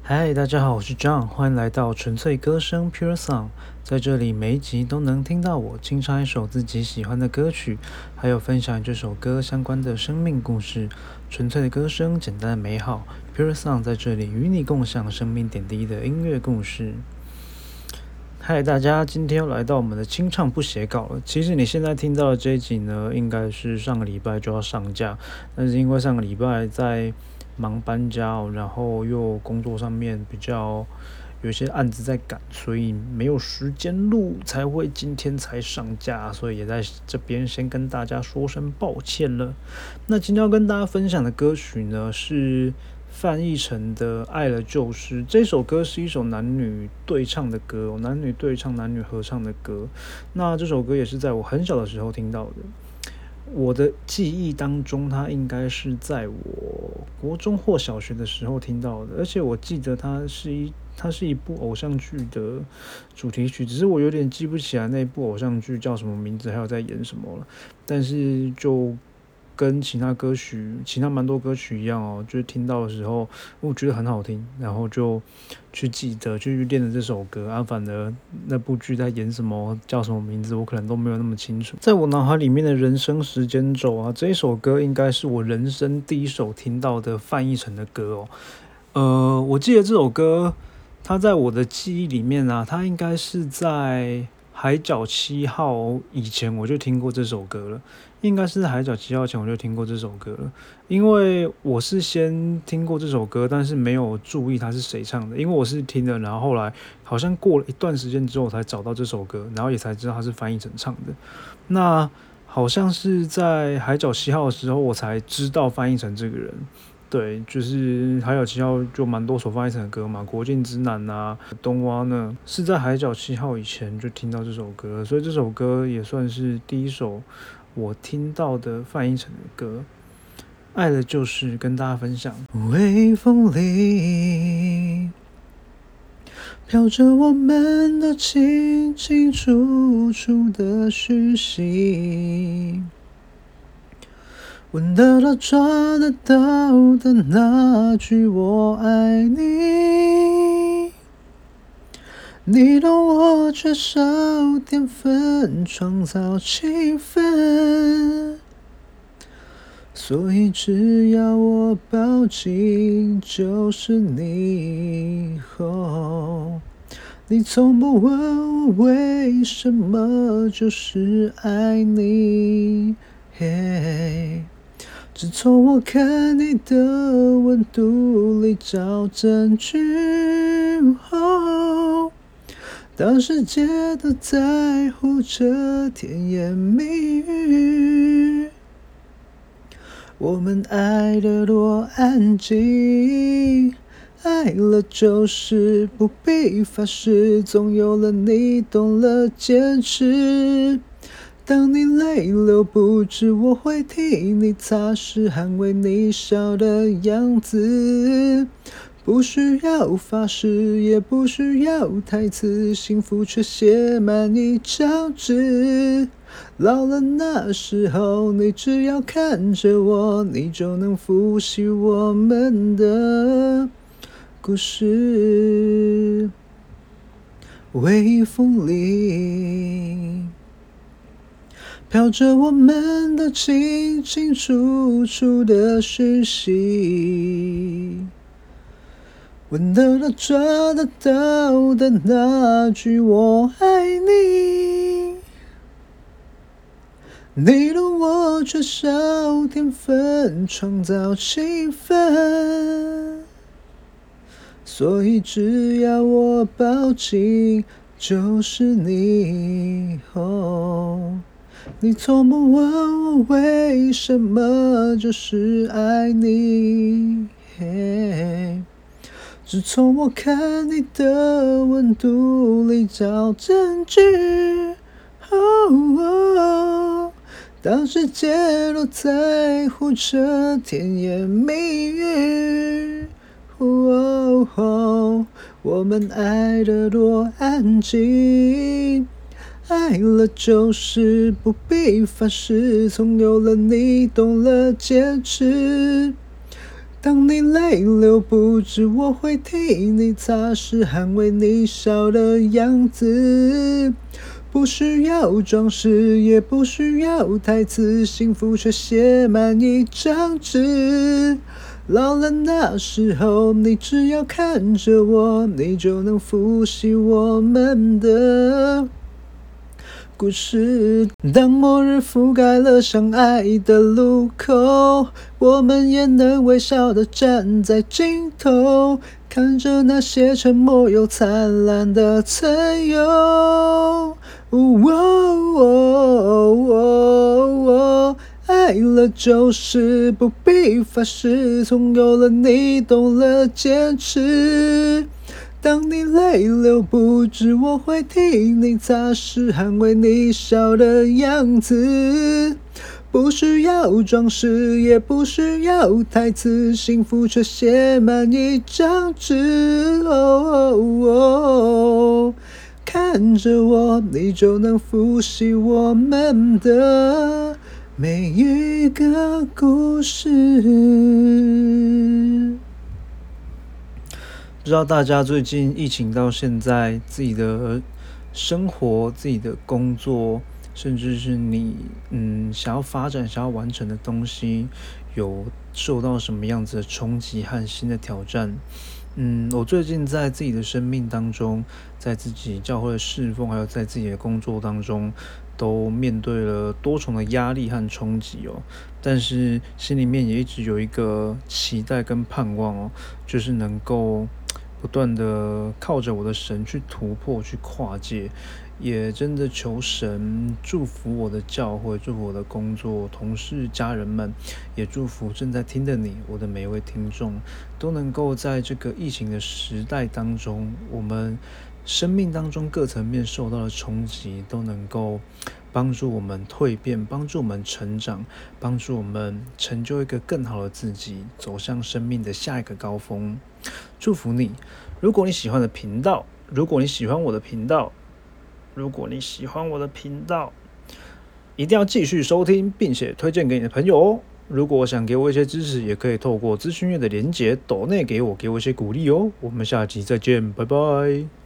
嗨，大家好，我是 John，欢迎来到纯粹歌声 Pure Song。在这里，每一集都能听到我清唱一首自己喜欢的歌曲，还有分享这首歌相关的生命故事。纯粹的歌声，简单美好。Pure Song 在这里与你共享生命点滴的音乐故事。嗨，大家，今天又来到我们的清唱不写稿了。其实你现在听到的这一集呢，应该是上个礼拜就要上架，但是因为上个礼拜在忙搬家然后又工作上面比较有一些案子在赶，所以没有时间录，才会今天才上架，所以也在这边先跟大家说声抱歉了。那今天要跟大家分享的歌曲呢是范逸臣的《爱了就是》。这首歌是一首男女对唱的歌，男女对唱、男女合唱的歌。那这首歌也是在我很小的时候听到的。我的记忆当中，它应该是在我国中或小学的时候听到的，而且我记得它是一部偶像剧的主题曲，只是我有点记不起来那部偶像剧叫什么名字，还有在演什么了。但是就跟其他蛮多歌曲一样哦，就是听到的时候，我觉得很好听，然后就去记得，去练的这首歌啊。反而那部剧在演什么，叫什么名字，我可能都没有那么清楚。在我脑海里面的人生时间轴啊，这一首歌应该是我人生第一首听到的范逸臣的歌哦。我记得这首歌，它在我的记忆里面啊，它应该是在海角七号以前我就听过这首歌了。应该是海角七号前我就听过这首歌了，因为我是先听过这首歌，但是没有注意它是谁唱的，因为我是听了，然后后来好像过了一段时间之后才找到这首歌，然后也才知道它是范逸臣唱的。那好像是在海角七号的时候，我才知道范逸臣这个人。对，就是海角七号就蛮多首范逸臣的歌嘛，国境之南啊，冬蛙呢，是在海角七号以前就听到这首歌，所以这首歌也算是第一首我听到的范逸臣的歌。爱的就是跟大家分享。微风里飘着我们都清清楚楚的讯息，闻得到抓得到的那句我爱你，你懂我缺少点分，创造气氛，所以只要我抱紧就是你。你从不问我为什么，就是爱你。只从我看你的温度里找证据。当世界都在乎着甜言蜜语，我们爱得多安静，爱了就是不必发誓，总有了你懂了坚持。当你泪流不止，我会替你擦拭，捍卫你笑的样子。不需要发誓，也不需要台词，幸福却写满一张纸。老了那时候，你只要看着我，你就能复习我们的故事。微风里飘着我们都清清楚楚的讯息，闻得到抓得到的那句我爱你，你懂我缺少天分，创造气氛，所以只要我抱紧就是你。你从不问我为什么，就是爱你。只从我看你的温度里找证据。当世界都在乎着甜言蜜语，我们爱得多安静，爱了就是不必发誓，总有了你懂了坚持。 当你泪流不止，我会替你擦拭，捍卫你笑的样子。不需要装饰，也不需要台词，幸福却写满一张纸。老了那时候，你只要看着我，你就能复习我们的故事。当末日覆盖了相爱的路口，我们也能微笑地站在尽头，看着那些沉默又灿烂的曾有。爱了就是不必发誓，总有了你懂了坚持。当你泪流不止，我会替你擦拭，捍卫你笑的样子。不需要装饰，也不需要台词，幸福却写满一张纸。看着我，你就能复习我们的每一个故事。不知道大家最近疫情到现在，自己的生活、自己的工作，甚至是你想要发展、想要完成的东西，有受到什么样子的冲击和新的挑战？我最近在自己的生命当中，在自己教会的侍奉，还有在自己的工作当中，都面对了多重的压力和冲击哦。但是心里面也一直有一个期待跟盼望哦，就是能够不断的靠着我的神去突破、去跨界，也真的求神祝福我的教会，祝福我的工作、同事、家人们，也祝福正在听的你，我的每一位听众，都能够在这个疫情的时代当中，我们生命当中各层面受到的冲击，都能够帮助我们蜕变，帮助我们成长，帮助我们成就一个更好的自己，走向生命的下一个高峰。祝福你！如果你喜欢我的频道，如果你喜欢我的频道，一定要继续收听，并且推荐给你的朋友哦。如果想给我一些支持，也可以透过资讯页的连结抖内给我一些鼓励哦。我们下集再见，拜拜。